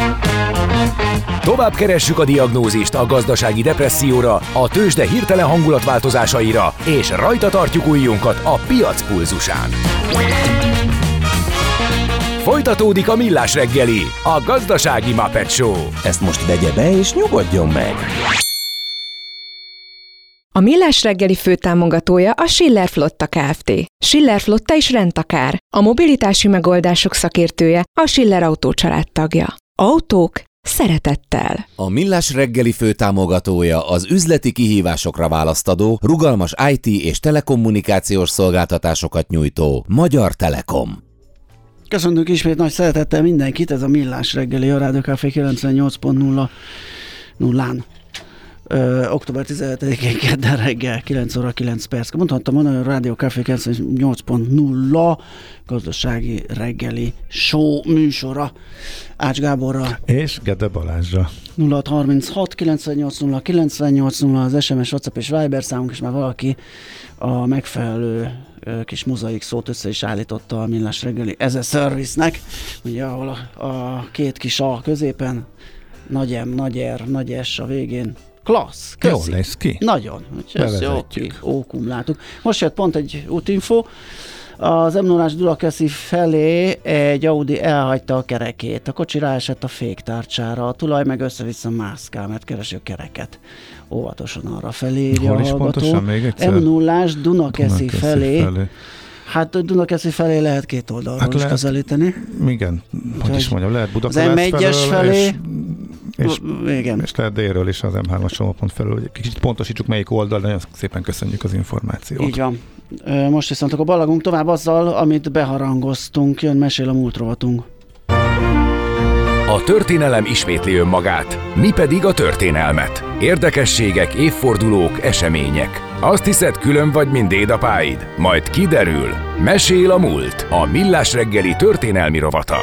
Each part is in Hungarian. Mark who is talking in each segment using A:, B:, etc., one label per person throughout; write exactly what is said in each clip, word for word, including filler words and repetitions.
A: Tovább keressük a diagnózist a gazdasági depresszióra, a tőzsde hirtelen hangulatváltozásaira, és rajta tartjuk ujjunkat a piac pulzusán. Folytatódik a Millás reggeli, a gazdasági Muppet Show.
B: Ezt most vegye be és nyugodjon meg!
C: A Millás reggeli főtámogatója a Schiller Flotta Kft. Schiller Flotta is rendtakár. A mobilitási megoldások szakértője, a Schiller Autó család tagja. Autók szeretettel.
B: A Millás reggeli főtámogatója az üzleti kihívásokra választadó, rugalmas i té és telekommunikációs szolgáltatásokat nyújtó Magyar Telekom.
D: Köszönjük ismét nagy szeretettel mindenkit, ez a Millás reggeli, a Rádió Café kilencvennyolc pont nulla nullán. Ö, október tizenhetedikén kedden reggel kilenc óra kilenc perc. Mondhattam volna, hogy a Rádió Café kilencvennyolc pont nulla gazdasági reggeli show műsora Ács Gáborral
E: és Gede Balázsra.
D: nulla hat harminchat kilencvennyolc nulla kilencvennyolc nulla az es em es, WhatsApp és Viber számunk, és már valaki a megfelelő kis mozaik szót össze is állította a Millás reggeli ez a service-nek, ugye ahol a, a két kis A középen, nagy M, nagy R, nagy S a végén. Klassz, köszi.
E: Jól lesz ki.
D: Nagyon, ezt jó ki, ókumlátuk. Most jött pont egy útinfo, az em nullás Dunakeszi felé egy Audi elhagyta a kerekét, a kocsi ráesett a féktárcsára, a tulaj meg össze-vissza mászkál, mert keresi a kereket. Óvatosan arra felé írja a hallgató. em nullás Dunakeszi felé. felé. Hát Dunakeszi felé lehet két oldalról hát is közelíteni.
E: Igen, hogy is mondjam, lehet Budapest
D: az em egyes felé,
E: és, és,
D: igen.
E: és lehet délről is az em hármas csomópont felől, hogy kicsit pontosítsuk melyik oldal, de nagyon szépen köszönjük az információt.
D: Így van. Most viszont akkor ballagunk tovább azzal, amit beharangoztunk, jön Mesél a múlt rovatunk.
A: A történelem ismétli önmagát, mi pedig a történelmet. Érdekességek, évfordulók, események. Azt hiszed, külön vagy, mint dédapáid? Majd kiderül. Mesél a múlt. A Millás reggeli történelmi rovata.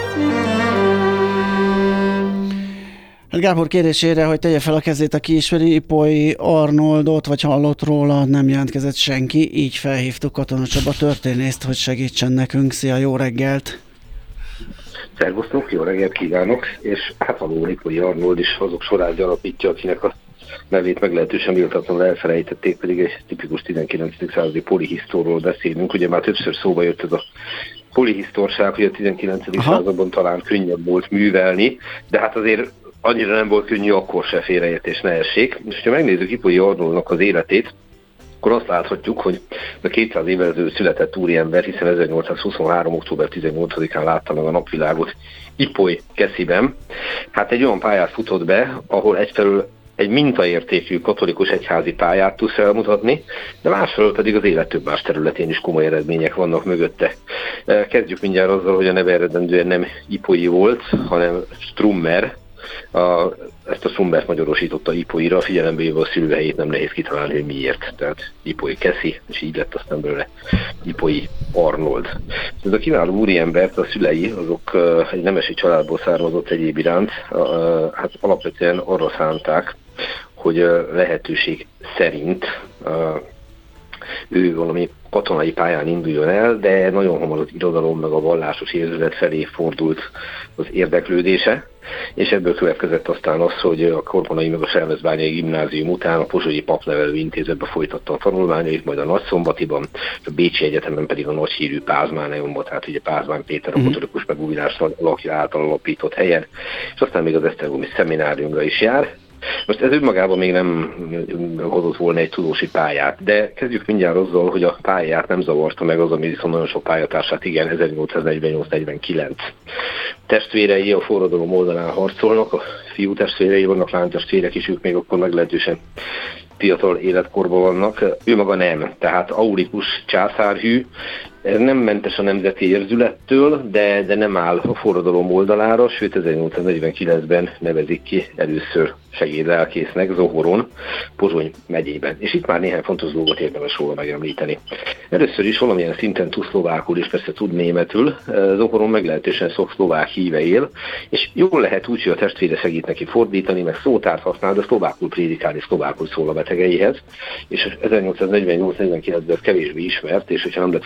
D: Hát Gábor kérésére, hogy tegye fel a kezét, aki ismeri Ipoly Arnoldot, vagy hallott róla, nem jelentkezett senki, így felhívtuk Katona Csaba történészt, hogy segítsen nekünk. Szia, jó reggelt!
F: Szervusztok, jó reggelt kívánok, és hát valóban Ipoly Arnold is azok sorát alapítja, akinek a nevét meglehetősen méltatlanul elfelejtették, pedig egy tipikus tizenkilencedik századi polihisztorról beszélünk. Ugye már többször szóba jött ez a polihisztorság, hogy a tizenkilencedik században talán könnyebb volt művelni, de hát azért annyira nem volt könnyű, akkor se félreértés ne essék. És ha megnézzük Ipoly Arnoldnak az életét, akkor azt láthatjuk, hogy a kétszáz évvel ezelőtt született úriember, hiszen ezernyolcszázhuszonhárom. október tizennyolcadikán látta meg a napvilágot Ipoly Kesziben. Hát egy olyan pályát futott be, ahol egyfelől egy mintaértékű katolikus egyházi pályát tudsz felmutatni, de másfelől pedig az élet több más területén is komoly eredmények vannak mögötte. Kezdjük mindjárt azzal, hogy a neve eredendően nem Ipolyi volt, hanem Strummer. A, ezt a Strumbert magyarosította Ipolyra, figyelembe véve a szülőhelyét nem nehéz kitalálni, hogy miért. Tehát Ipoly Keszi, és így lett aztán belőle Ipoly Arnold. Ez a kiváló úriembert a szülei, azok uh, egy nemesi családból származott egyéb iránt, uh, hát alapvetően arra szánták, hogy uh, lehetőség szerint uh, ő valami katonai pályán induljon el, de nagyon hamar az irodalom meg a vallásos érzület felé fordult az érdeklődése, és ebből következett aztán az, hogy a Korponai meg a Selmecbányai Gimnázium után a Pozsonyi Papnevelő Intézetbe folytatta a tanulmányait, majd a Nagyszombatiban, a Bécsi Egyetemen pedig a nagyhírű Pázmáneumban, tehát ugye Pázmány Péter a katolikus megújulás alakja által alapított helyen, és aztán még az Esztergomi Szemináriumra is jár. Most ez önmagában még nem hozott volna egy tudósi pályát, de kezdjük mindjárt azzal, hogy a pályát nem zavarta meg az, ami viszont nagyon sok pályatársát, igen, ezernyolcszáznegyvennyolc negyvenkilenc. Testvérei a forradalom oldalán harcolnak, a fiú testvérei vannak, lánytestvérek is, ők még akkor meglehetősen fiatal életkorban vannak, ő maga nem, tehát Aurikus császárhű, nem mentes a nemzeti érzülettől, de, de nem áll a forradalom oldalára, sőt ezernyolcszáznegyvenkilencben nevezik ki először segédlelkésznek Zohoron, Pozsony megyében. És itt már néhány fontos dolgot érdemes róla megemlíteni. Először is valamilyen szinten tud szlovákul, és persze tud németül. Zohoron meglehetősen sok szlovák híve él, és jól lehet úgy, hogy a testvére segít neki fordítani, meg szótárt használ, de szlovákul prédikálni, szlovákul szól a betegeihez. És ezernyolcszáznegyvennyolc negyvenkilencben kevésbé ismert, és hogyha nem lett volna a forradalom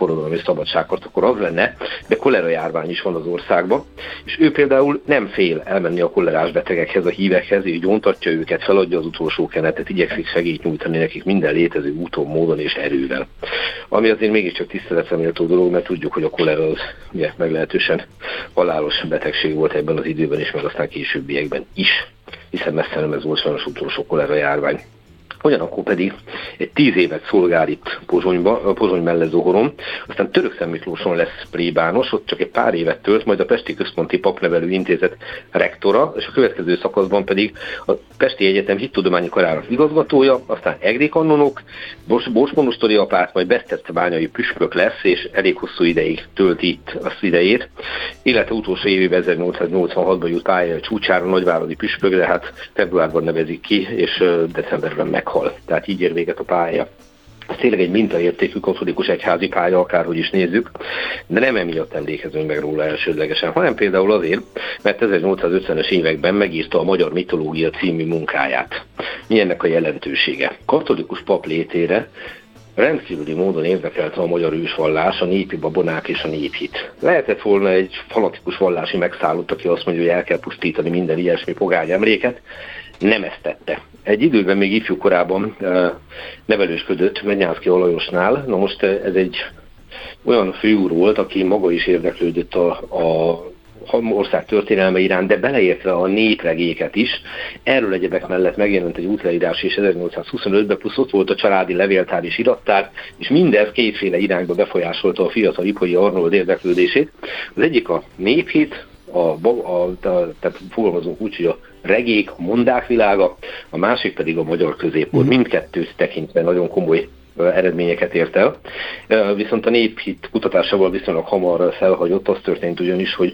F: forradalom és szabadságharc, akkor az lenne, de kolera járvány is van az országban, és ő például nem fél elmenni a kolerás betegekhez, a hívekhez, és gyóntatja őket, feladja az utolsó kenetet, igyekszik segít nyújtani nekik minden létező úton, módon és erővel. Ami azért mégiscsak tiszteletre méltó dolog, mert tudjuk, hogy a kolera az ugye, meglehetősen halálos betegség volt ebben az időben is, meg aztán későbbiekben is, hiszen messze nem ez volt sajnos utolsó kolera járvány. Ugyanakkor pedig egy tíz évet szolgál itt Pozsonyba, Pozsony mellett Zohoron, aztán Törökszentmiklóson lesz plébános, ott csak egy pár évet tölt, majd a Pesti Központi Papnevelő Intézet rektora, és a következő szakaszban pedig a Pesti Egyetem Hittudományi Karának igazgatója, aztán egri kannonok, borsmonostori apát, majd besztercebányai püspök lesz, és elég hosszú ideig tölti itt az idejét. Élete utolsó évében ezernyolcszáznyolcvanhatban jut pályája csúcsára, nagyváradi püspök, de hát februárban nevezik ki, és decemberben meg hal. Tehát így ér véget a pálya. Ez tényleg egy mintaértékű katolikus egyházi pálya, akárhogy is nézzük, de nem emiatt emlékezünk meg róla elsődlegesen, hanem például azért, mert ezernyolcszázötvenes években megírta a Magyar Mitológia című munkáját. Mi ennek a jelentősége? Katolikus pap létére rendkívüli módon érdekelte a magyar ősvallás, a népi babonák és a néphit. Lehetett volna egy fanatikus vallási megszállott, aki azt mondja, hogy el kell pusztítani minden ilyesmi pogány emléket, nem ezt tette. Egy időben még ifjú korában e, nevelősködött Mednyánszky Alajosnál, na most ez egy olyan fiú volt, aki maga is érdeklődött a, a ország történelme iránt, de beleértve a népregéket is. Erről egyebek mellett megjelent egy útleírás is ezernyolcszázhuszonötben, plusz ott volt a családi levéltár és irattár, és mindez kétféle irányba befolyásolta a fiatal Ipolyi Arnold érdeklődését. Az egyik a néphit, a, a, a, tehát fogalmazunk úgy, hogy a regék, a mondák világa, a másik pedig a magyar középkor. Mindkettőt tekintve nagyon komoly eredményeket ért el. Viszont a néphit kutatásával viszonylag hamar felhagyott, az történt ugyanis, hogy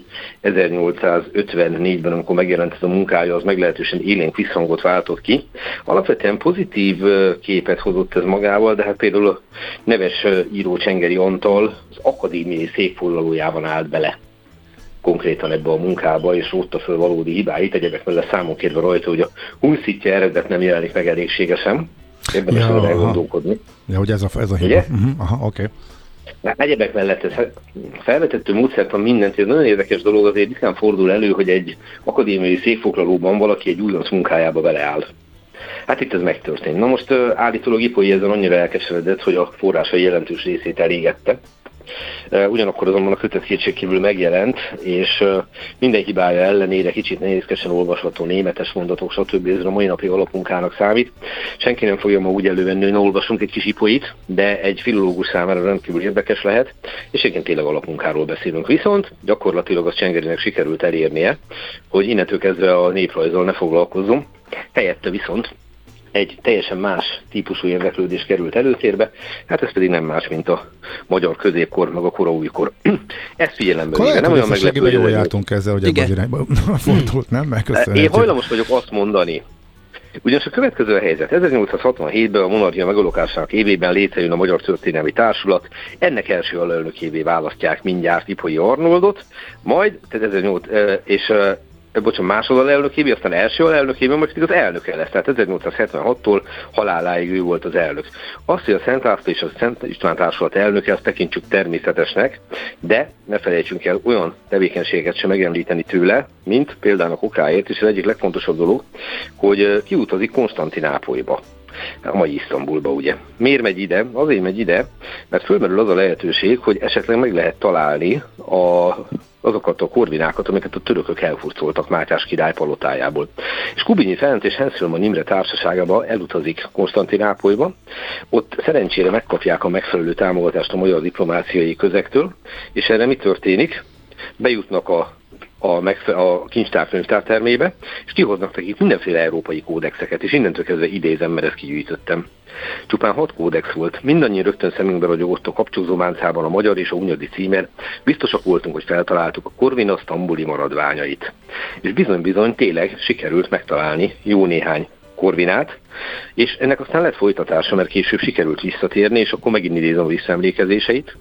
F: ezernyolcszázötvennégyben, amikor megjelent ez a munkája, az meglehetősen élénk visszhangot váltott ki. Alapvetően pozitív képet hozott ez magával, de hát például a neves író Csengeri Antal az akadémiai székfoglalójában állt bele konkrétan ebbe a munkába, és rótta föl valódi hibáit, egyebek mellett számon kérve rajta, hogy a hunszitja eredet nem jelenik meg elégségesen. Érdemes ja, vele elgondolkodni.
E: Ja, hogy ez a, ez a hiba. Uh-huh, aha, oké.
F: Okay. Egyebek mellett ez felvetettő módszertan mindent, ez nagyon érdekes dolog, azért ritkán fordul elő, hogy egy akadémiai székfoglalóban valaki egy újonc munkájába beleáll. Hát itt ez megtörtént. Na most állítólag Ipolyi ezzel annyira elkeseredett, hogy a forrásai jelentős részét elégette. Ugyanakkor azonban a kötet kétségkívül megjelent, és minden hibája ellenére kicsit nehézkesen olvasható németes mondatok, stb. Ez a mai napi alapmunkának számít. Senki nem fogja ma úgy elővenni, hogy na, olvasunk egy kis Ipolyit, de egy filológus számára rendkívül érdekes lehet, és igen, tényleg alapmunkáról beszélünk. Viszont gyakorlatilag az Csengerinek sikerült elérnie, hogy innentől kezdve a néprajzzal ne foglalkozzon, helyette viszont egy teljesen más típusú érdeklődés került előtérbe, hát ez pedig nem más, mint a magyar középkor, meg a kora újkor. Ezt figyelembe véve, nem olyan meglepő.
E: Hogy jól jártunk ezzel, hogy ebben az irányba fordult, nem? Megköszönhetjük.
F: Én hajlamos vagyok azt mondani, ugyanis a következő a helyzet. ezernyolcszázhatvanhétben a monarchia megalakulásának évében létrejön a Magyar Történelmi Társulat, ennek első alelnökévé választják mindjárt Ipolyi Arnoldot, majd, tehát ezernyolcszáz, és bocsánat, másod alelnökévé, aztán első alelnökévé, majd pedig az elnöke lesz. Tehát ezernyolcszázhetvenhattól haláláig ő volt az elnök. Azt, hogy a Szent László és a Szent István Társulat elnöke, azt tekintsük természetesnek, de ne felejtsünk el olyan tevékenységet sem megemlíteni tőle, mint például a kokáért, és az egyik legfontosabb dolog, hogy kiutazik Konstantinápolyba. A mai Isztambulba, ugye. Miért megy ide? Azért megy ide, mert fölmerül az a lehetőség, hogy esetleg meg lehet találni a, azokat a korvinákat, amiket a törökök elfurcoltak Mátyás király palotájából. És Kubinyi Ferenc és Henszülman Imre társaságába elutazik Konstantinápolyba, ott szerencsére megkapják a megfelelő támogatást a magyar diplomáciai közektől, és erre mi történik? Bejutnak a A, megfe- a kincstárkönyvtár termébe, és kihoznak nekik mindenféle európai kódexeket, és innentől kezdve idézem, mert ezt kigyűjtöttem. Csupán hat kódex volt, mindannyian rögtön szemünkbe ragyogott a kapcsózómáncában a magyar és a hunyadi címer, biztosak voltunk, hogy feltaláltuk a Korvina sztambuli maradványait. És bizony-bizony tényleg sikerült megtalálni jó néhány Korvinát, és ennek aztán lett folytatása, mert később sikerült visszatérni, és akkor megint idézem a visszaemlékezéseit.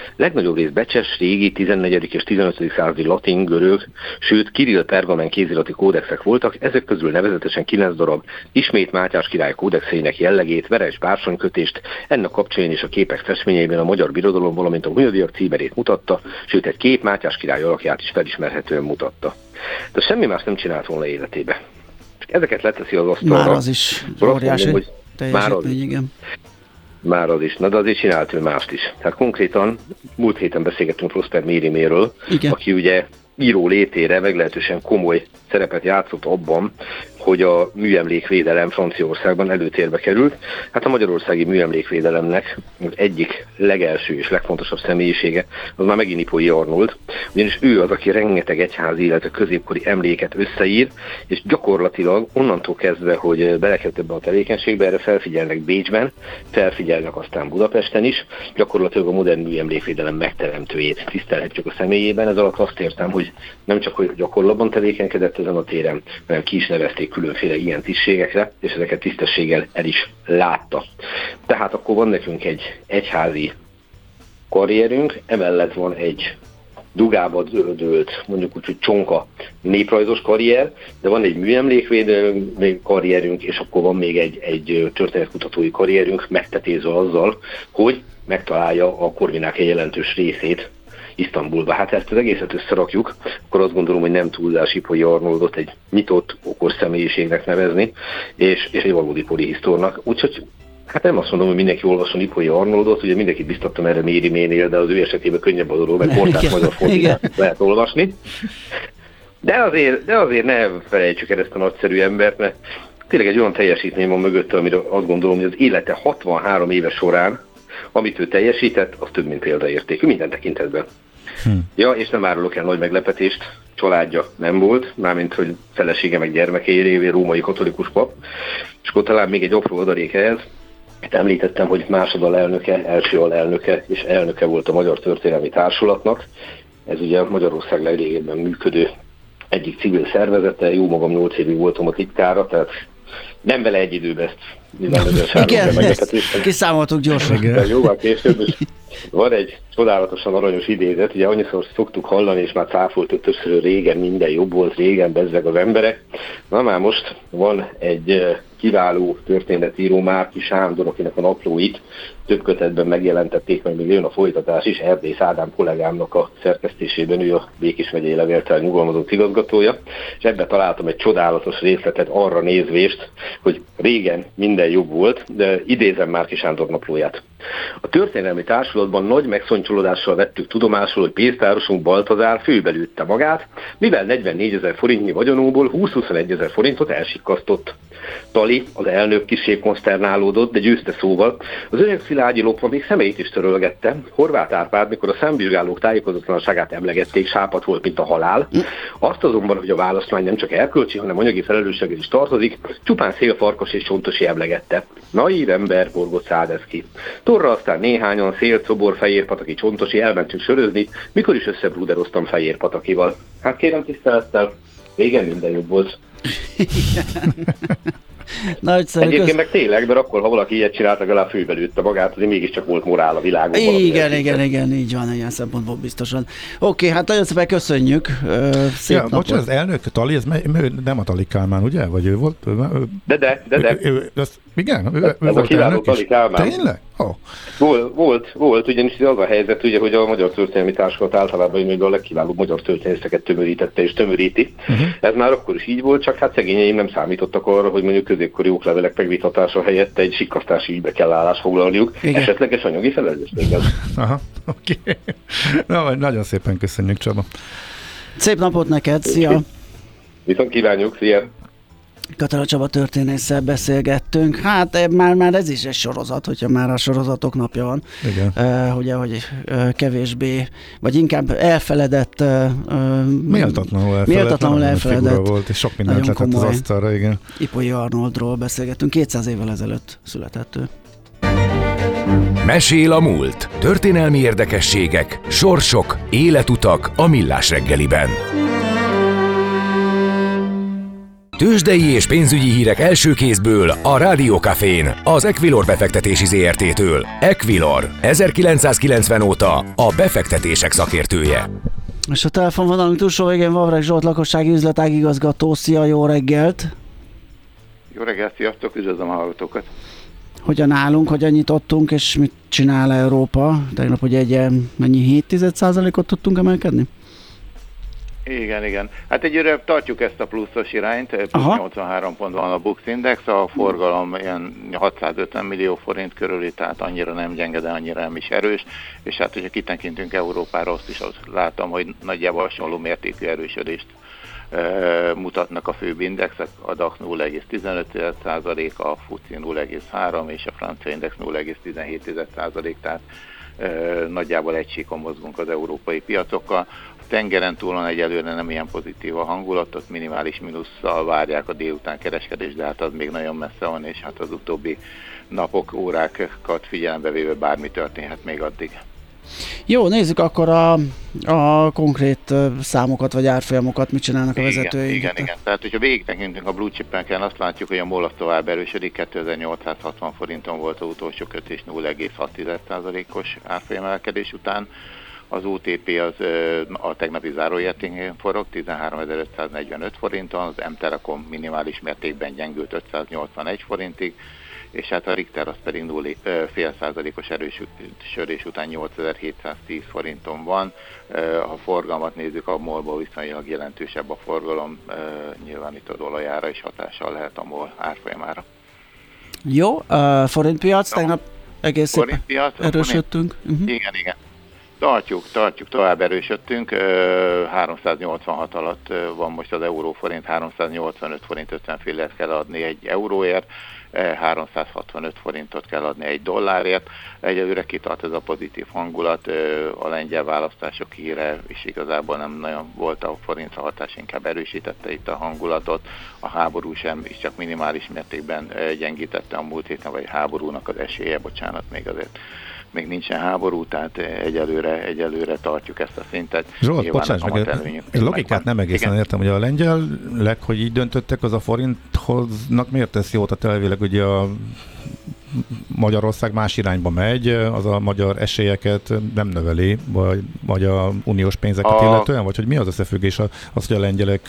F: legnagyobb rész becses, régi, tizennegyedik és tizenötödik századi latin, görög, sőt kirill pergamen kézirati kódexek voltak, ezek közül nevezetesen kilenc darab ismét Mátyás király kódexeinek jellegét, veres bársonykötést, ennek kapcsán és a képek festményeiben a magyar birodalom, valamint a hunyadiak címerét mutatta, sőt egy kép Mátyás király alakját is felismerhetően mutatta. De semmi más nem csinált volna életébe. Ezeket leteszi az asztalra.
D: Már az is óriási teljesítmény, igen.
F: Már az is. Na, de azért csinált ő mást is. Tehát konkrétan múlt héten beszélgettünk Prosper Mérimérről, aki ugye író létére meglehetősen komoly szerepet játszott abban, hogy a műemlékvédelem Franciaországban előtérbe került. Hát a magyarországi műemlékvédelemnek az egyik legelső és legfontosabb személyisége az már megint Ipoly Arnold, ugyanis ő az, aki rengeteg egyházi, illetve középkori emléket összeír, és gyakorlatilag onnantól kezdve, hogy belekerült ebbe a tevékenységbe, erre felfigyelnek Bécsben, felfigyelnek aztán Budapesten is, gyakorlatilag a modern műemlékvédelem megteremtőjét tisztelhetjük a személyében. Ez alatt azt értem, hogy nem csak hogy gyakorlatban tevékenykedett ezen a téren, hanem ki is nevezték különféle ilyen tisztségekre, és ezeket tisztességgel el is látta. Tehát akkor van nekünk egy egyházi karrierünk, emellett van egy dugába dőlt, mondjuk úgy, hogy csonka néprajzos karrier, de van egy műemlékvédelmi karrierünk, és akkor van még egy, egy történetkutatói karrierünk, megtetézve azzal, hogy megtalálja a Korvinák egy jelentős részét Isztambulba. Hát ezt az egészet összerakjuk, akkor azt gondolom, hogy nem túlzás Ipoly Arnoldot egy nyitott, okos személyiségnek nevezni, és, és egy valódi polihisztornak. Úgyhogy hát nem azt mondom, hogy mindenki olvasson Ipoly Arnoldot, ugye mindenkit biztattam erre Mériménél, de az ő esetében könnyebb a dolog, mert kortárs magyar fordítást lehet olvasni. De azért, de azért ne felejtsük el ezt a nagyszerű embert, mert tényleg egy olyan teljesítmény van mögötte, amire azt gondolom, hogy az élete hatvanhárom éve során, amit ő teljesített, az több, mint példaértékű minden tekintetben. Hm. Ja, és nem árulok el nagy meglepetést, családja nem volt, mármint, hogy felesége meg gyermekei révén római katolikus pap, és akkor talán még egy apró adalék ehhez. Itt említettem, hogy másodalelnöke, első alelnöke és elnöke volt a Magyar Történelmi Társulatnak. Ez ugye Magyarország legrégebben működő egyik civil szervezete, jó magam nyolc évig voltam a titkára, tehát nem vele egy időben ezt
D: igen, kiszámoltuk gyorsan.
F: Jóval később, és van egy csodálatosan aranyos idézet, ugye annyiszor szoktuk hallani, és már cáfoltuk többször, régen minden jobb volt, régen bezzeg az emberek. Na már most van egy kiváló történetíró, Márki Sándor, akinek a naplóit több kötetben megjelentették, meg még jön a folytatás is, Erdész Ádám kollégámnak a szerkesztésében, ő a Békés megyei levéltár nyugalmazott igazgatója, és ebben találtam egy csodálatos részletet arra nézvést, hogy régen minden jobb volt, de idézem Márki Sándor naplóját. A történelmi társulatban nagy megszonttyolodással vettük tudomásul, hogy pénztárosunk Baltazár főbelőtte magát, mivel negyvennégyezer forintnyi vagyonóból húsz-huszonegyezer forintot elsikkasztott. Tali, az elnök kissé konszternálódott, de győzte szóval. Az öreg Szilágyi lopva még szemeit is törölgette. Horváth Árpád, mikor a számvizsgálók tájékozatlanságát emlegették, sápadt volt, mint a halál. Azt azonban, hogy a választmány nem csak erkölcsi, hanem anyagi felelősséggel is tartozik, csupán Szélfarkas és Csontosi emlegette. Naív ember, borgott Szádeszki. Torra aztán néhányan, Szél, Czobor, Fejérpataki, Csontosi elmentünk sörözni, mikor is összebrúderoztam Fejérpatakival. Hát kérem tisztelettel, régen minden jobb volt.
D: Nagyszerű,
F: Egyébként
D: köz...
F: meg tényleg, mert akkor, ha valaki ilyet csinált, legalább főbelőtte magát, azért mégiscsak volt morál a világon.
D: Igen, igen, igen, így van, ilyen szempontból biztosan. Oké, hát nagyon szépen köszönjük. Szép
E: ja, bocsánat, az elnök Tali, ez nem a Tali Kálmán, ugye? Vagy ő volt? Ő,
F: de, de, de, de.
E: Ő, ő, ő, igen, ő,
F: ez
E: ő
F: ez
E: volt
F: a kiváló
E: elnök
F: Tali Kálmán.
E: Tényleg? Oh.
F: Volt, volt, volt, ugyanis az a helyzet, ugye, hogy a Magyar Történelmi Társulat általában még a legkiválóbb magyar történészeket tömörítette és tömöríti. Uh-huh. Ez már akkor is így volt, csak hát szegényeim nem számítottak arra, hogy mondjuk középkori oklevelek megvitatása helyett egy sikkasztási ügybe kell állást foglalniuk, igen. Esetleges anyagi felelősséggel.
E: Aha, oké. Okay. Na, nagyon szépen köszönjük, Csaba.
D: Szép napot neked, szia!
F: Viszont kívánjuk, szia!
D: Katala Csaba történésszel beszélgettünk. Hát már, már ez is egy sorozat, hogyha már a sorozatok napja van.
E: Igen.
D: Uh, ugye, hogy uh, kevésbé, vagy inkább elfeledett. Uh,
E: méltatlanul elfeledett.
D: Méltatlanul elfeledett.
E: Volt, és sok mindent letett az asztalra, igen.
C: Ipoly Arnoldról beszélgettünk. kétszáz évvel ezelőtt született ő.
A: Mesél a múlt. Történelmi érdekességek, sorsok, életutak a Millás reggeliben. Tőzsdei és pénzügyi hírek első kézből a Rádió Cafén, az Equilor befektetési zé er té-től. Equilor, ezerkilencszázkilencven óta a befektetések szakértője.
D: És a telefonvonalunk túlsó végén Vavreg Zsolt, lakossági üzletágigazgató. Szia, jó reggelt!
G: Jó reggelt, sziasztok, üdvözlöm a hallgatókat!
D: Hogyan állunk, hogyan nyitottunk, és mit csinál Európa? Tegnap ugye egy mennyi hét tized százalékot tudtunk emelkedni?
G: Igen, igen. Hát egyőre tartjuk ezt a pluszos irányt, plusz
D: Aha.
G: nyolcvanhárom pont van a Bux Index, a forgalom ilyen hatszázötven millió forint körüli, tehát annyira nem gyenge, de annyira nem is erős, és hát hogyha kitekintünk Európára, azt is azt látom, hogy nagyjából hasonló mértékű erősödést e, mutatnak a főbb indexek, a dé á iksz nulla egész tizenöt százalék, a FUCI nulla egész három és a francia index nulla egész tizenhét százalék, tehát e, nagyjából egy síkon mozgunk az európai piacokkal. Tengeren túlon egyelőre nem ilyen pozitív a hangulat, ott minimális mínusszal várják a délután kereskedést, de hát az még nagyon messze van, és hát az utóbbi napok, órákat figyelembe véve bármi történhet még addig.
D: Jó, nézzük akkor a, a konkrét számokat vagy árfolyamokat, mit csinálnak a vezetőink.
G: Igen, igen, igen. Tehát, hogyha végigtekintünk a blue chip-en, azt látjuk, hogy a MOL az tovább erősödik, kétezer-nyolcszázhatvan forinton volt az utolsó kötés, nulla egész hat százalékos árfolyamelkedés után. Az o té pé az a tegnapi záróértékén forog, tizenháromezer-ötszáznegyvenöt forinton, az M-Telekom minimális mértékben gyengült ötszáznyolcvanegy forintig, és hát a Richter az pedig nulla fél százalékos erősödés után nyolcezer-hétszáztíz forinton van. Ha forgalmat nézzük, a MOL-ból viszonylag jelentősebb a forgalom, nyilván itt a dolajára is hatással lehet a MOL árfolyamára.
D: Jó, uh, forintpiac, no. Tegnap egész szépen erősödtünk.
G: Uh-huh. Igen, igen. Tartjuk, tartjuk, tovább erősödtünk, háromszáznyolcvanhat alatt van most az euróforint, háromszáznyolcvanöt forint ötven fillért kell adni egy euróért, háromszázhatvanöt forintot kell adni egy dollárért. Egyelőre kitart ez a pozitív hangulat, a lengyel választások híre is igazából nem nagyon volt a forintra hatás, inkább erősítette itt a hangulatot. A háború sem is csak minimális mértékben gyengítette a múlt héten, vagy háborúnak az esélye, bocsánat, még azért még nincsen háború, tehát egyelőre, egyelőre tartjuk ezt a szintet.
E: Zsolt, bocsáss meg, a logikát nem egészen igen. értem, hogy a lengyelek, hogy így döntöttek, az a forinthoznak miért tesz jót? Tehát elvileg ugye a Magyarország más irányba megy, az a magyar esélyeket nem növeli, vagy, vagy a uniós pénzeket a... illetően, vagy hogy mi az összefüggés az, hogy a lengyelek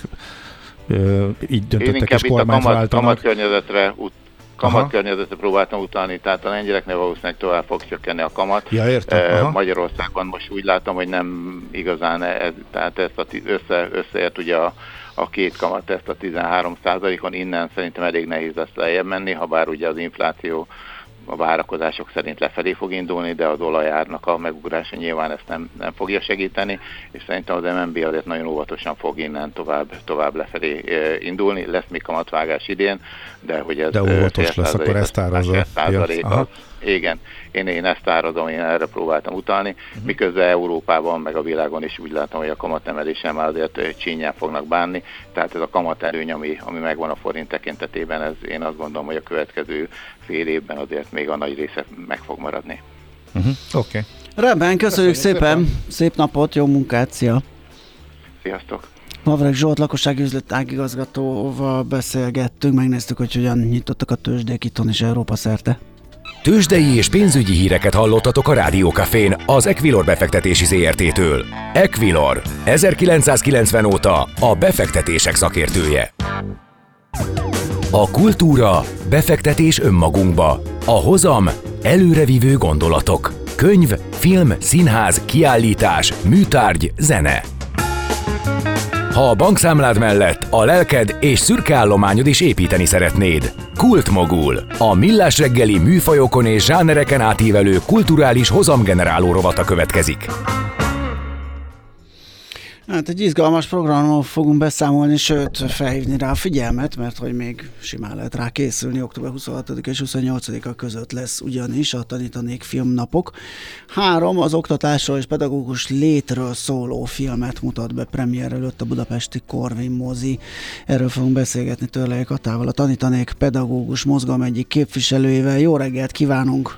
E: így döntöttek és kormányt váltanak?
G: Kamat környezetre ut- kamatkörnyezetre próbáltam utalni, tehát a lengyeleknél valószínűleg tovább fog csökkenni a kamat.
E: Ja, értem.
G: Magyarországon most úgy látom, hogy nem igazán, ez, tehát ezt a össze, összeért ugye a, a két kamat, ezt a tizenhárom százalékon, innen szerintem elég nehéz lesz lejjebb menni, ha bár ugye az infláció a várakozások szerint lefelé fog indulni, de az olajárnak a megugrása nyilván ezt nem, nem fogja segíteni, és szerintem az em en bé azért nagyon óvatosan fog innen tovább, tovább lefelé indulni. Lesz még kamatvágás idén, de hogy ez...
E: De óvatos lesz, akkor ezt árazza.
G: Igen, én, én ezt árazom, én erre próbáltam utalni, uh-huh. miközben Európában, meg a világon is úgy látom, hogy a kamatemeléssel már azért csínnyel fognak bánni, tehát ez a kamaterőny, ami, ami megvan a forint tekintetében, ez én azt gondolom, hogy a következő fél évben azért még a nagy része meg fog maradni.
E: Uh-huh. Oké. Okay.
D: Rendben, köszönjük, köszönjük szépen. szépen, szép napot, jó munkát, szia!
G: Sziasztok!
D: Vavreg Zsolt, lakossági üzletágigazgatóval beszélgettünk, megnéztük, hogy hogyan nyitottak a tőzsdék itthon és Európa szerte.
A: Tőzsdei és pénzügyi híreket hallottatok a Rádió Cafén az Equilor befektetési zé er té-től. Equilor, ezerkilencszázkilencven óta a befektetések szakértője. A kultúra, befektetés önmagunkba. A hozam, előrevívő gondolatok. Könyv, film, színház, kiállítás, műtárgy, zene. Ha a bankszámlád mellett a lelked és szürke állományod is építeni szeretnéd. Kultmogul, a millás reggeli műfajokon és zsánereken átívelő kulturális hozamgeneráló rovata következik.
D: Hát egy izgalmas programról fogunk beszámolni, sőt felhívni rá a figyelmet, mert hogy még simán lehet rá készülni. október huszonhatodika és huszonnyolcadika között lesz ugyanis a Tanítanék filmnapok. Három az oktatásról és pedagógus létről szóló filmet mutat be premier előtt a budapesti Corvin mozi. Erről fogunk beszélgetni Törlei Katával, a Tanítanék pedagógus mozgalom egyik képviselőjével. Jó reggelt kívánunk!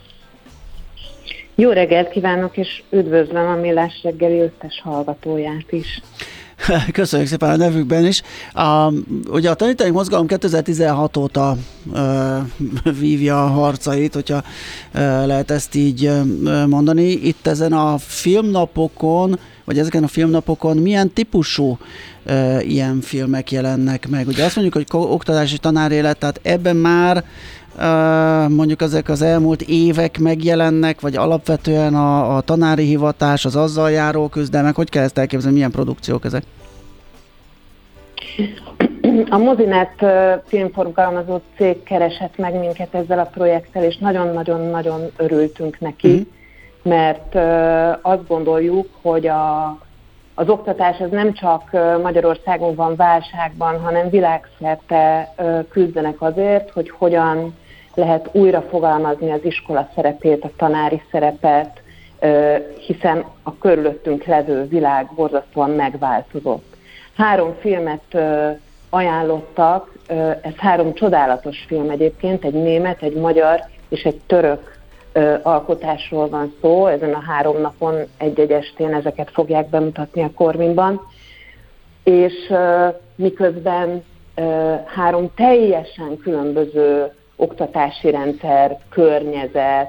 H: Jó reggelt kívánok, és üdvözlöm a Millás reggeli összes hallgatóját is.
D: Köszönjük szépen a nevükben is. A, ugye a Tanítványi Mozgalom kétezer-tizenhat óta ö, vívja a harcait, hogyha ö, lehet ezt így ö, mondani. Itt ezen a filmnapokon, vagy ezeken a filmnapokon milyen típusú ö, ilyen filmek jelennek meg? Ugye azt mondjuk, hogy oktatási tanárélet, tehát ebben már Uh, mondjuk ezek az elmúlt évek megjelennek, vagy alapvetően a, a tanári hivatás, az azzal járó küzdelmek, hogy kell ezt elképzelni, milyen produkciók ezek?
H: A Mozinet filmforgalmazó cég keresett meg minket ezzel a projekttel, és nagyon-nagyon-nagyon örültünk neki, mm. mert uh, azt gondoljuk, hogy a, az oktatás az nem csak Magyarországon van válságban, hanem világszerte uh, küzdenek azért, hogy hogyan lehet újra fogalmazni az iskola szerepét, a tanári szerepet, hiszen a körülöttünk levő világ borzasztóan megváltozott. Három filmet ajánlottak, ez három csodálatos film egyébként, egy német, egy magyar és egy török alkotásról van szó. Ezen a három napon egy-egy estén ezeket fogják bemutatni a Korvinban. És miközben három teljesen különböző oktatási rendszer, környezet,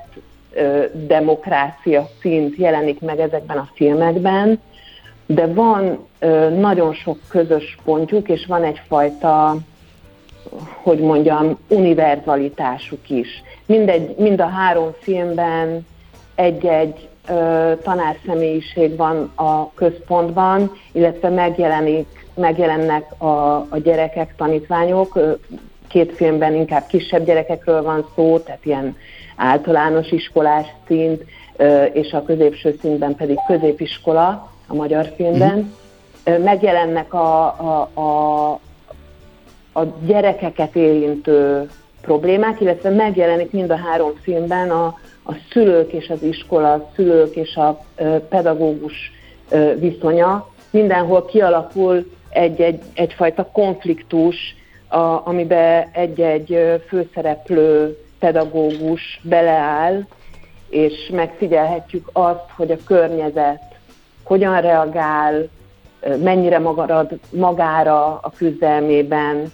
H: demokrácia szint jelenik meg ezekben a filmekben, de van nagyon sok közös pontjuk, és van egyfajta, hogy mondjam, univerzalitásuk is. Mindegy, mind a három filmben egy-egy tanárszemélyiség van a központban, illetve megjelenik, megjelennek a, a gyerekek, tanítványok. Két filmben inkább kisebb gyerekekről van szó, tehát ilyen általános iskolás szint, és a középső szintben pedig középiskola a magyar filmben. Mm. Megjelennek a, a, a, a gyerekeket érintő problémák, illetve megjelenik mind a három filmben a, a szülők és az iskola, a szülők és a pedagógus viszonya. Mindenhol kialakul egy-egy, egyfajta konfliktus, A, amiben egy-egy főszereplő pedagógus beleáll, és megfigyelhetjük azt, hogy a környezet hogyan reagál, mennyire marad magára a küzdelmében,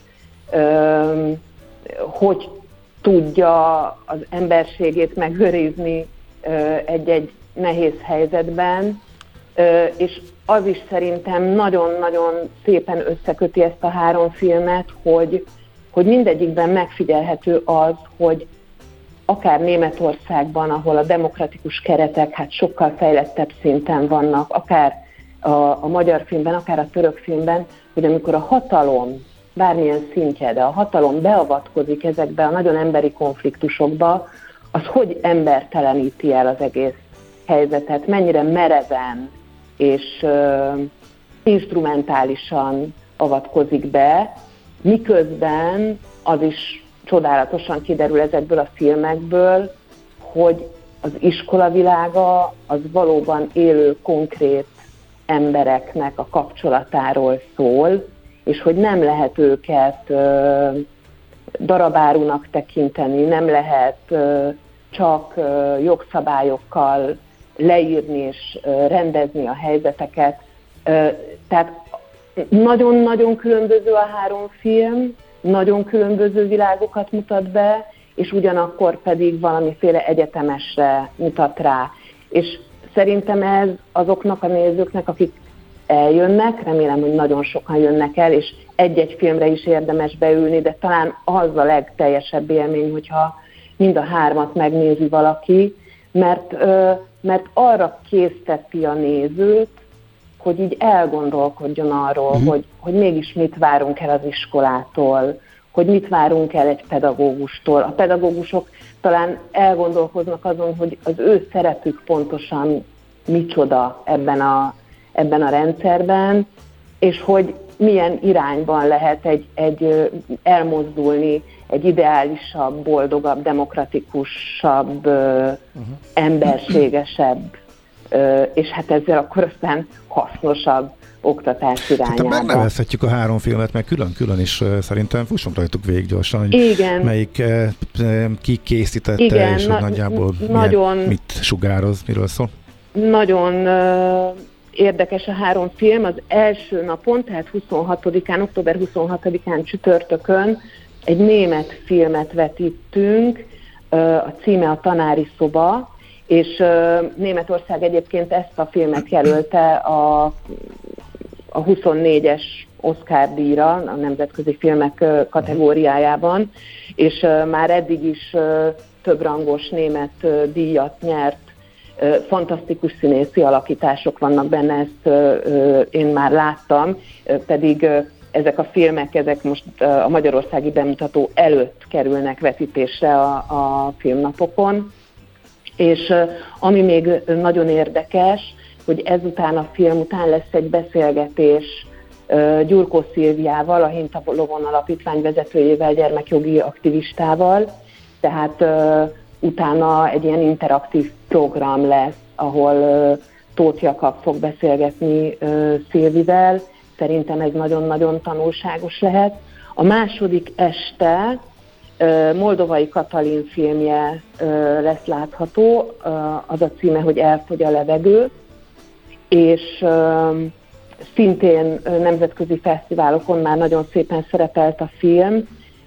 H: hogy tudja az emberségét megőrizni egy-egy nehéz helyzetben, és az is szerintem nagyon-nagyon szépen összeköti ezt a három filmet, hogy, hogy mindegyikben megfigyelhető az, hogy akár Németországban, ahol a demokratikus keretek hát sokkal fejlettebb szinten vannak, akár a, a magyar filmben, akár a török filmben, hogy amikor a hatalom, bármilyen szintje, de a hatalom beavatkozik ezekbe a nagyon emberi konfliktusokba, az hogy emberteleníti el az egész helyzetet, mennyire mereven és uh, instrumentálisan avatkozik be, miközben az is csodálatosan kiderül ezekből a filmekből, hogy az iskolavilága az valóban élő, konkrét embereknek a kapcsolatáról szól, és hogy nem lehet őket uh, darabárunak tekinteni, nem lehet uh, csak uh, jogszabályokkal leírni és rendezni a helyzeteket. Tehát nagyon-nagyon különböző a három film, nagyon különböző világokat mutat be, és ugyanakkor pedig valamiféle egyetemesre mutat rá. És szerintem ez azoknak a nézőknek, akik eljönnek, remélem, hogy nagyon sokan jönnek el, és egy-egy filmre is érdemes beülni, de talán az a legteljesebb élmény, hogyha mind a hármat megnézi valaki, mert mert arra készteti a nézőt, hogy így elgondolkodjon arról, uh-huh. hogy, hogy mégis mit várunk el az iskolától, hogy mit várunk el egy pedagógustól. A pedagógusok talán elgondolkoznak azon, hogy az ő szerepük pontosan micsoda ebben a, ebben a rendszerben, és hogy milyen irányban lehet egy, egy elmozdulni egy ideálisabb, boldogabb, demokratikusabb, uh-huh. emberségesebb, és hát ezzel akkor aztán hasznosabb oktatás irányába.
E: Hát megnevezhetjük a három filmet, meg külön-külön is szerintem fussunk rajtuk végig gyorsan, hogy
H: igen.
E: melyik ki készítette,
H: igen,
E: és
H: na-
E: nagyjából
H: nagyon,
E: milyen, mit sugároz, miről szól.
H: Nagyon uh, érdekes a három film. Az első napon, tehát huszonhatodikán, október huszonhatodikán csütörtökön egy német filmet vetítünk, a címe a Tanári szoba, és Németország egyébként ezt a filmet jelölte a, a huszonnégyes Oscar-díjra, a nemzetközi filmek kategóriájában, és már eddig is többrangos német díjat nyert, fantasztikus színészi alakítások vannak benne, ezt én már láttam, pedig ezek a filmek, ezek most a magyarországi bemutató előtt kerülnek vetítésre a, a filmnapokon, és ami még nagyon érdekes, hogy ezután a film után lesz egy beszélgetés Gyurkó Szilviával, a Hintalovon Alapítvány vezetőjével, gyermekjogi aktivistával, tehát utána egy ilyen interaktív program lesz, ahol Tóth Jakab fog beszélgetni Szilvivel. Szerintem ez nagyon-nagyon tanulságos lehet. A második este Moldovai Katalin filmje lesz látható, az a címe, hogy Elfogy a levegő, és szintén nemzetközi fesztiválokon már nagyon szépen szerepelt a film.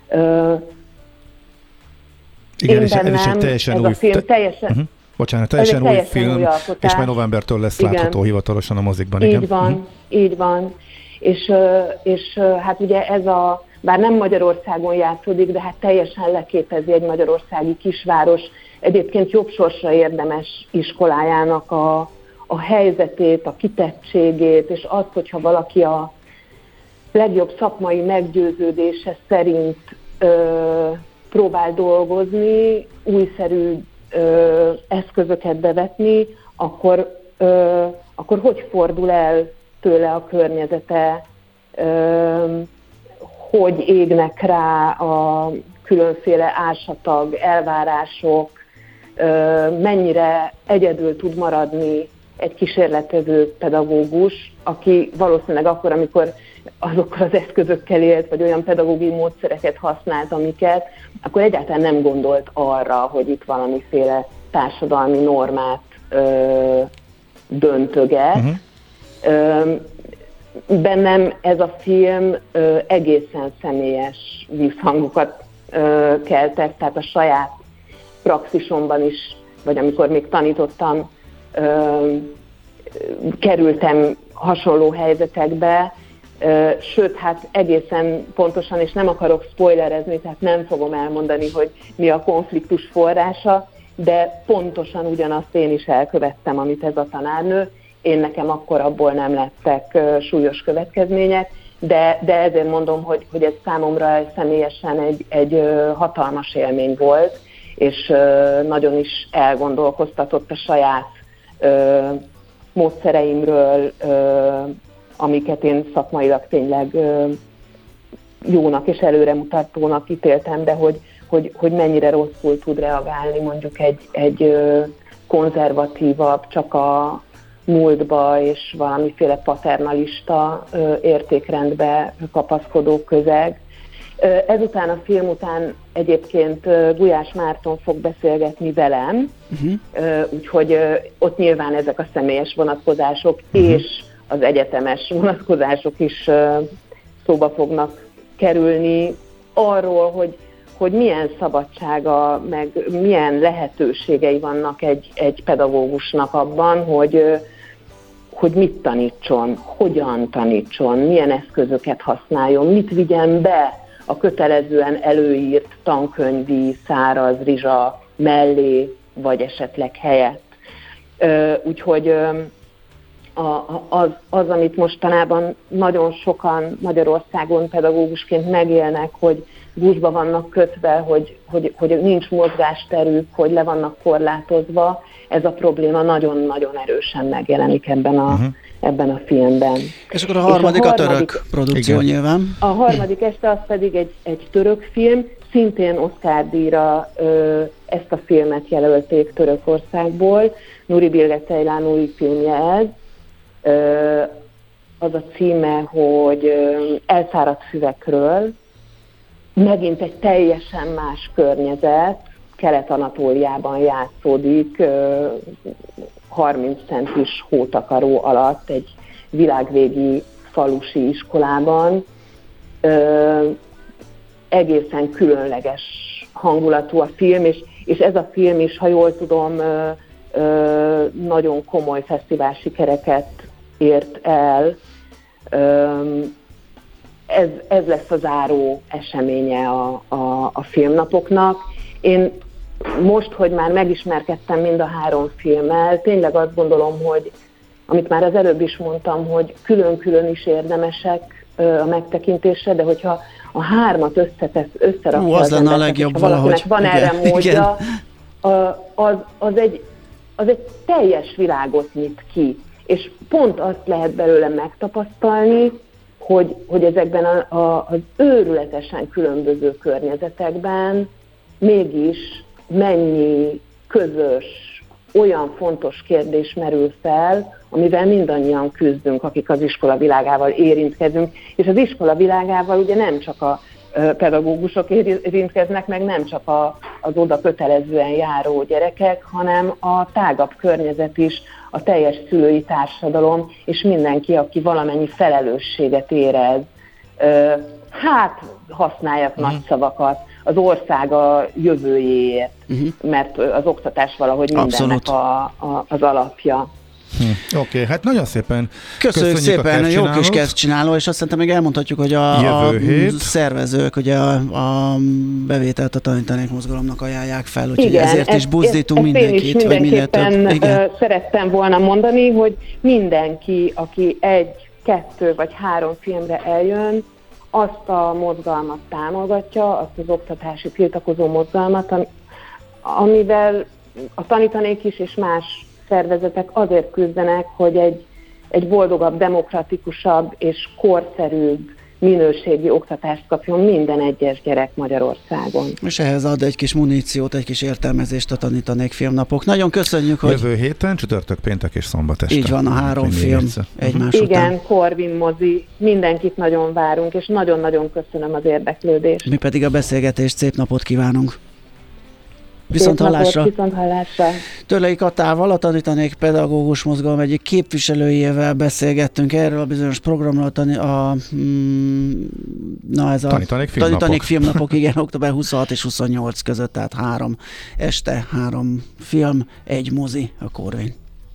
E: Igen, és ez is egy teljesen új film.
H: Teljesen,
E: uh-huh. Bocsánat, teljesen új
H: teljesen
E: film,
H: új
E: és már novembertől lesz igen. látható hivatalosan a mozikban.
H: Így
E: igen.
H: van, uh-huh. így van. És, és hát ugye ez a, bár nem Magyarországon játszódik, de hát teljesen leképezi egy magyarországi kisváros, egyébként jobb sorsra érdemes iskolájának a, a helyzetét, a kitettségét, és azt, hogyha valaki a legjobb szakmai meggyőződése szerint ö, próbál dolgozni, újszerű ö, eszközöket bevetni, akkor, ö, akkor hogy fordul el tőle a környezete, ö, hogy égnek rá a különféle ásatag, elvárások, ö, mennyire egyedül tud maradni egy kísérletező pedagógus, aki valószínűleg akkor, amikor azokkal az eszközökkel élt, vagy olyan pedagógiai módszereket használt, amiket, akkor egyáltalán nem gondolt arra, hogy itt valamiféle társadalmi normát ö, döntöget. Uh-huh. Ö, bennem ez a film ö, egészen személyes visszhangokat ö, keltett, tehát a saját praxisomban is, vagy amikor még tanítottam, ö, kerültem hasonló helyzetekbe, sőt, hát egészen pontosan, és nem akarok spoilerezni, tehát nem fogom elmondani, hogy mi a konfliktus forrása, de pontosan ugyanazt én is elkövettem, amit ez a tanárnő. Én nekem akkor abból nem lettek súlyos következmények, de, de ezért mondom, hogy, hogy ez számomra személyesen egy, egy hatalmas élmény volt, és nagyon is elgondolkoztatott a saját módszereimről, amiket én szakmailag tényleg jónak és előremutatónak ítéltem, de hogy, hogy, hogy mennyire rosszul tud reagálni mondjuk egy, egy konzervatívabb, csak a múltba és valamiféle paternalista értékrendbe kapaszkodó közeg. Ezután a film után egyébként Gulyás Márton fog beszélgetni velem, uh-huh. úgyhogy ott nyilván ezek a személyes vonatkozások uh-huh. és az egyetemes vonatkozások is szóba fognak kerülni arról, hogy, hogy milyen szabadsága, meg milyen lehetőségei vannak egy, egy pedagógusnak abban, hogy, hogy mit tanítson, hogyan tanítson, milyen eszközöket használjon, mit vigyen be a kötelezően előírt tankönyvi száraz rizsa mellé, vagy esetleg helyett. Úgyhogy az, az, amit mostanában nagyon sokan Magyarországon pedagógusként megélnek, hogy gúzsba vannak kötve, hogy, hogy, hogy nincs mozgásterük, hogy le vannak korlátozva, ez a probléma nagyon-nagyon erősen megjelenik ebben a, uh-huh. ebben a filmben.
D: És akkor a harmadik a, a török produkció igen. nyilván.
H: A harmadik este az pedig egy, egy török film, szintén Oscar-díjra ö, ezt a filmet jelölték Törökországból. Nuri Bilge Ceylan új filmje ez. Ö, az a címe, hogy ö, Elszáradt füvekről. Megint egy teljesen más környezet, Kelet-Anatóliában játszódik, harminc centis hótakaró alatt egy világvégi falusi iskolában. Egészen különleges hangulatú a film, és, és ez a film is, ha jól tudom, nagyon komoly fesztivál sikereket ért el. Ez, ez lesz a záró eseménye a, a, a filmnapoknak. Én most, hogy már megismerkedtem mind a három filmmel, tényleg azt gondolom, hogy amit már az előbb is mondtam, hogy külön-külön is érdemesek a megtekintésre, de hogyha a hármat összetesz, összerakja
D: Ú, az lenne a legjobb valahogy.
H: Van igen, erre módja, az, az, egy, az egy teljes világot nyit ki. És pont azt lehet belőle megtapasztalni, hogy, hogy ezekben a, a, az őrületesen különböző környezetekben mégis mennyi közös, olyan fontos kérdés merül fel, amivel mindannyian küzdünk, akik az iskola világával érintkezünk. És az iskola világával ugye nem csak a pedagógusok érintkeznek, meg nem csak a, az oda kötelezően járó gyerekek, hanem a tágabb környezet is, a teljes szülői társadalom, és mindenki, aki valamennyi felelősséget érez. Hát használjak uh-huh. nagy szavakat, az ország a jövőjéért, uh-huh. mert az oktatás valahogy mindennek a, a, az alapja.
E: Hm. Oké, okay, hát nagyon szépen
D: köszönjük, köszönjük szépen, jó kis kezdcsináló, és azt szerintem még elmondhatjuk, hogy a, a szervezők ugye a, a bevételt a Tanítanék Mozgalomnak ajánlják fel, úgyhogy
H: igen,
D: ezért
H: ezt,
D: is buzdítunk
H: ezt,
D: mindenkit,
H: ezt
D: vagy minél több.
H: Igen. Szerettem volna mondani, hogy mindenki, aki egy, kettő vagy három filmre eljön, azt a mozgalmat támogatja, azt az oktatási tiltakozó mozgalmat, amivel a Tanítanék is és más szervezetek azért küzdenek, hogy egy, egy boldogabb, demokratikusabb és korszerűbb minőségi oktatást kapjon minden egyes gyerek Magyarországon.
D: És ehhez ad egy kis muníciót, egy kis értelmezést a Tanítanék filmnapok. Nagyon köszönjük, hogy...
E: Jövő héten, csütörtök, péntek és szombat este.
D: Így van, a három film egymás
H: igen,
D: után.
H: Igen, Corvin mozi, mindenkit nagyon várunk, és nagyon-nagyon köszönöm az érdeklődést.
D: Mi pedig a beszélgetést, szép napot kívánunk! Viszont hallásra.
H: Viszont hallásra.
D: Törlei Katával, a Tanítanék Pedagógus Mozgalom egyik képviselőjével beszélgettünk erről a bizonyos programról, a, a, na ez a
E: Tanítanék filmnapok.
D: Tanítanék filmnapok, igen, október huszonhat és huszonnyolc között, tehát három este, három film, egy mozi a Corvin.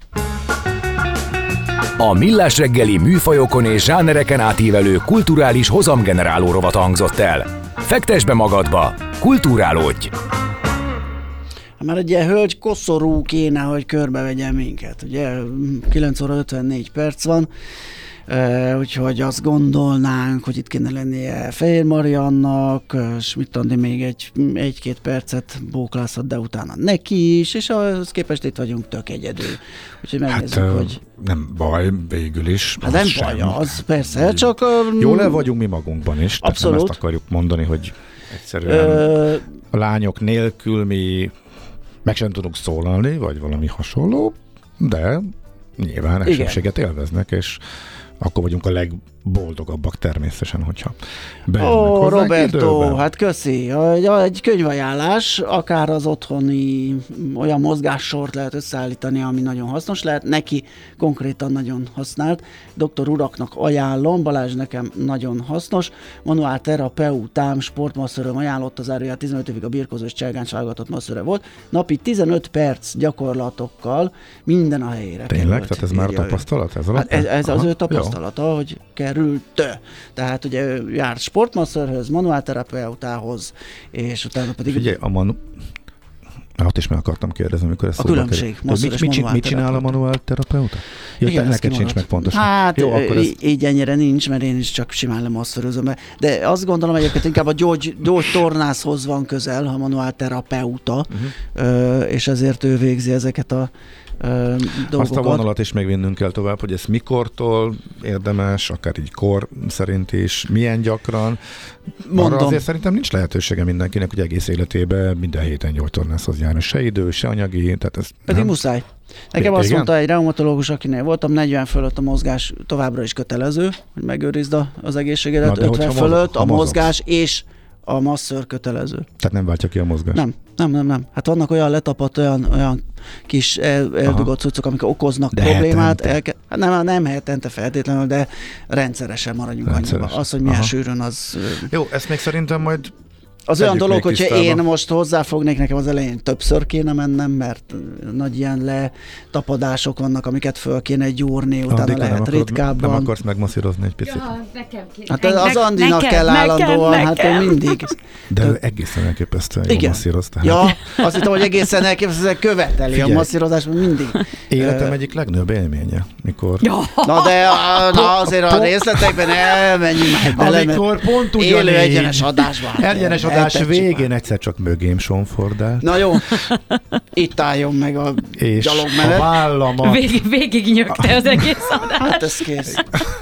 A: A Millás reggeli műfajokon és zsánereken átívelő kulturális hozamgeneráló rovat hangzott el. Fektesd be magadba, kulturálódj!
D: Már egy ilyen hölgy koszorú kéne, hogy körbevegyen minket. Ugye kilenc óra ötvennégy perc van, úgyhogy azt gondolnánk, hogy itt kéne lennie Fehér Mariannak, és mit tudni, még egy, egy-két percet bóklászhat, de utána neki is, és ahhoz képest itt vagyunk tök egyedül. Úgyhogy megnézzük, hát, hogy...
E: nem baj, végül is.
D: Hát nem sem. baj, az persze, csak...
E: Jól le vagyunk mi magunkban is, tehát nem ezt akarjuk mondani, hogy egyszerűen Ö... a lányok nélkül mi meg sem tudunk szólalni, vagy valami hasonló, de nyilván elsőbséget élveznek, és akkor vagyunk a legboldogabbak természetesen, hogyha bejönnek
D: Ó,
E: hozzánk
D: Roberto,
E: időben.
D: hát köszi. Egy könyvajánlás, akár az otthoni olyan mozgássort lehet összeállítani, ami nagyon hasznos lehet. Neki konkrétan nagyon használt. Doktor uraknak ajánlom, Balázs nekem nagyon hasznos. Manuál terapeutám, sportmasszöröm ajánlott, az áróját tizenöt évig a birkózó és cselgáns válogatott masszöre volt. Napi tizenöt perc gyakorlatokkal minden a helyére
E: Tényleg?
D: került.
E: Tehát ez már a tapasztalat? Ez,
D: hát ez, ez az ő tapasztalata, hogy került. Tehát ugye ő járt sportmasszörhöz, manuálterapeutához, és utána pedig...
E: Figyelj, a manu... Hát is meg akartam kérdezni, amikor ezt
D: a különbség,
E: mit, mit, mit csinál a manuálterapeuta? Ja, igen, neked sincs meg pontosan.
D: Hát Jó, akkor ez... így ennyire nincs, mert én is csak simán lemasszörözöm. De azt gondolom egyébként inkább a gyógy, gyógytornászhoz van közel a manuálterapeuta, uh-huh. és ezért ő végzi ezeket a dolgokat.
E: Azt a vonalat is megvinnünk kell tovább, hogy ez mikortól érdemes, akár így kor szerint is, milyen gyakran. Mondom. Arra azért szerintem nincs lehetősége mindenkinek, hogy egész életében minden héten gyógytornászhoz járni. Se idő, se anyagi. Tehát ez
D: Pedig
E: nem...
D: muszáj. Nekem azt mondta egy reumatológus, akinél voltam, negyven fölött a mozgás továbbra is kötelező, hogy megőrizd az egészségedet, ötven fölött a mozgás és a masször kötelező.
E: Tehát nem váltja ki a mozgást?
D: Nem, nem, nem, nem. Hát vannak olyan letapadt, olyan, olyan kis el, eldugott cuccok, amik okoznak de problémát. Elke, hát nem, nem hetente feltétlenül, de rendszeresen maradjunk annyiban. Az, hogy milyen Aha. sűrűn, az...
E: Jó, ezt még szerintem majd
D: az olyan dolog, hogyha tisztába. Én most hozzáfognék, nekem az elején többször kéne mennem, mert nagy ilyen letapadások vannak, amiket föl kéne gyúrni, utána Andika, lehet nem ritkábban.
E: Akarod, nem akarsz megmasszírozni egy picit? Ja,
D: nekem kéne. Hát az Andinak kell állandóan, hát ő mindig.
E: De ő egészen elképesztően jól masszíroz.
D: Ja, azt hittem, hogy egészen elképesztően követeli Figyelj. a masszírozást, mindig.
E: Életem uh, egyik legnagyobb élménye, mikor...
D: Ja. Na de na, azért a részletekben elmenjünk már bele,
E: amikor pont ugyanígy.
D: Élő egyenes adásban.
E: Egyenes adás végén egyszer csak mögém sonfordál.
D: Na jó, itt álljon meg a
E: és
D: gyalogmenet.
E: a vállamat.
I: Végig, végig nyögte az egész adást.
D: Hát ez kész.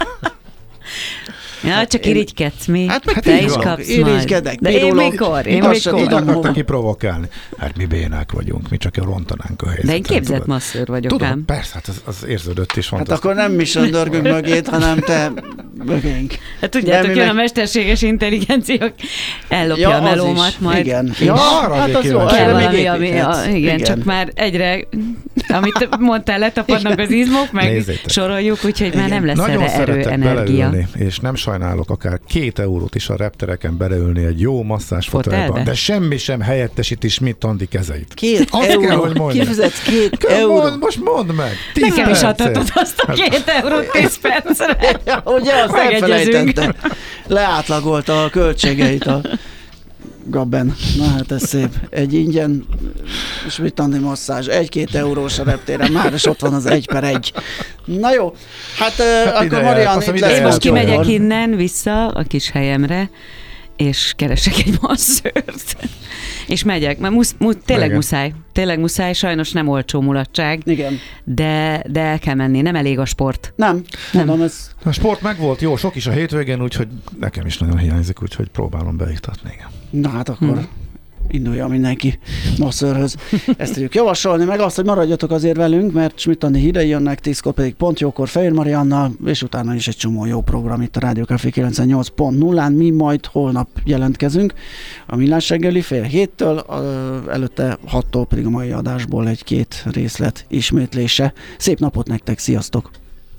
I: Ja, csak irigykedsz mi.
D: Hát meg
I: te is kapsz
D: irigykedek,
I: de én mikor? Én mikor?
E: Így akartak kiprovokálni. Hát mi bénák vagyunk, mi csak rontanánk a helyzetet.
I: De én képzett masszőr vagyok
E: Tudom,
I: ám.
E: Persze, hát az, az érződött is.
D: Hát akkor nem mi söndörgünk mögét, hanem te mögénk.
I: Hát tudjátok, jön meg... a mesterséges intelligencia, ellopja ja, a melómat majd.
D: Igen. Ja, hát az jó.
I: Kell valami, ami, a, igen, igen, csak már egyre, amit mondtál, letapadnak az izmok, meg Nézzétek. soroljuk, úgyhogy igen. már nem lesz
E: Nagyon
I: erre erő, energia.
E: És nem sajnálok akár két eurót is a reptereken beleülni egy jó masszás fotelba, de semmi sem helyettesíti Schmidt Andi kezeit.
D: Két euró, kifizetsz két euró.
E: Mond, most mondd meg,
I: Nekem percet. is adhatod azt a két eurót tíz percre.
D: Ja, ugye, azt elfelejtettem. Leátlagolta a költségeit a Gabben. Na hát ez szép. Egy ingyen Schmidt Andi masszázs, egy-két eurós a reptéren, már is ott van az egy per egy. Na jó, hát, hát akkor ideje, Marian itt lesz.
I: Én most kimegyek innen vissza a kis helyemre, és keresek egy masszőrt. És megyek, mert musz, musz, tényleg Igen. muszáj. Tényleg muszáj, sajnos nem olcsó mulatság.
D: Igen.
I: De, de el kell menni, nem elég a sport.
D: Nem, nem. Mondom, ez...
E: A sport megvolt, jó, sok is a hétvégén, úgyhogy nekem is nagyon hiányzik, úgyhogy próbálom beiktatni.
D: Na hát akkor... Hmm. induljon mindenki masszörhöz. Ezt tudjuk javasolni, meg azt, hogy maradjatok azért velünk, mert Schmidt Andi hírei jönnek, tízkor pedig pont jókor Fejér Mariannal, és utána is egy csomó jó program itt a Rádió Café kilencvennyolc pont nullán. Mi majd holnap jelentkezünk a Millás reggeli fél héttől, előtte hattól pedig a mai adásból egy-két részlet ismétlése. Szép napot nektek, sziasztok!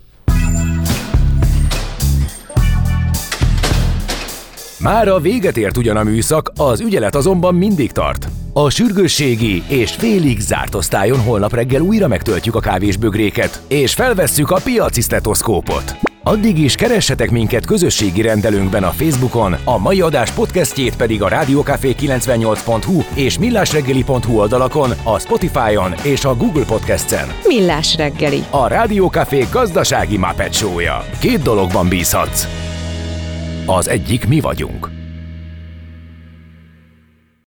A: Mára véget ért ugyan a műszak, az ügyelet azonban mindig tart. A sürgősségi és félig zárt osztályon holnap reggel újra megtöltjük a kávésbögréket, és felvesszük a piaci sztetoszkópot. Addig is keressetek minket közösségi rendelőnkben a Facebookon, a mai adás podcastjét pedig a rádiókafé kilencvennyolc pont hu és millásreggeli pont hu oldalakon, a Spotify-on és a Google Podcast-en.
C: Millás reggeli.
A: A Rádió Café gazdasági Muppet show-ja. Két dologban bízhatsz. Az egyik mi vagyunk.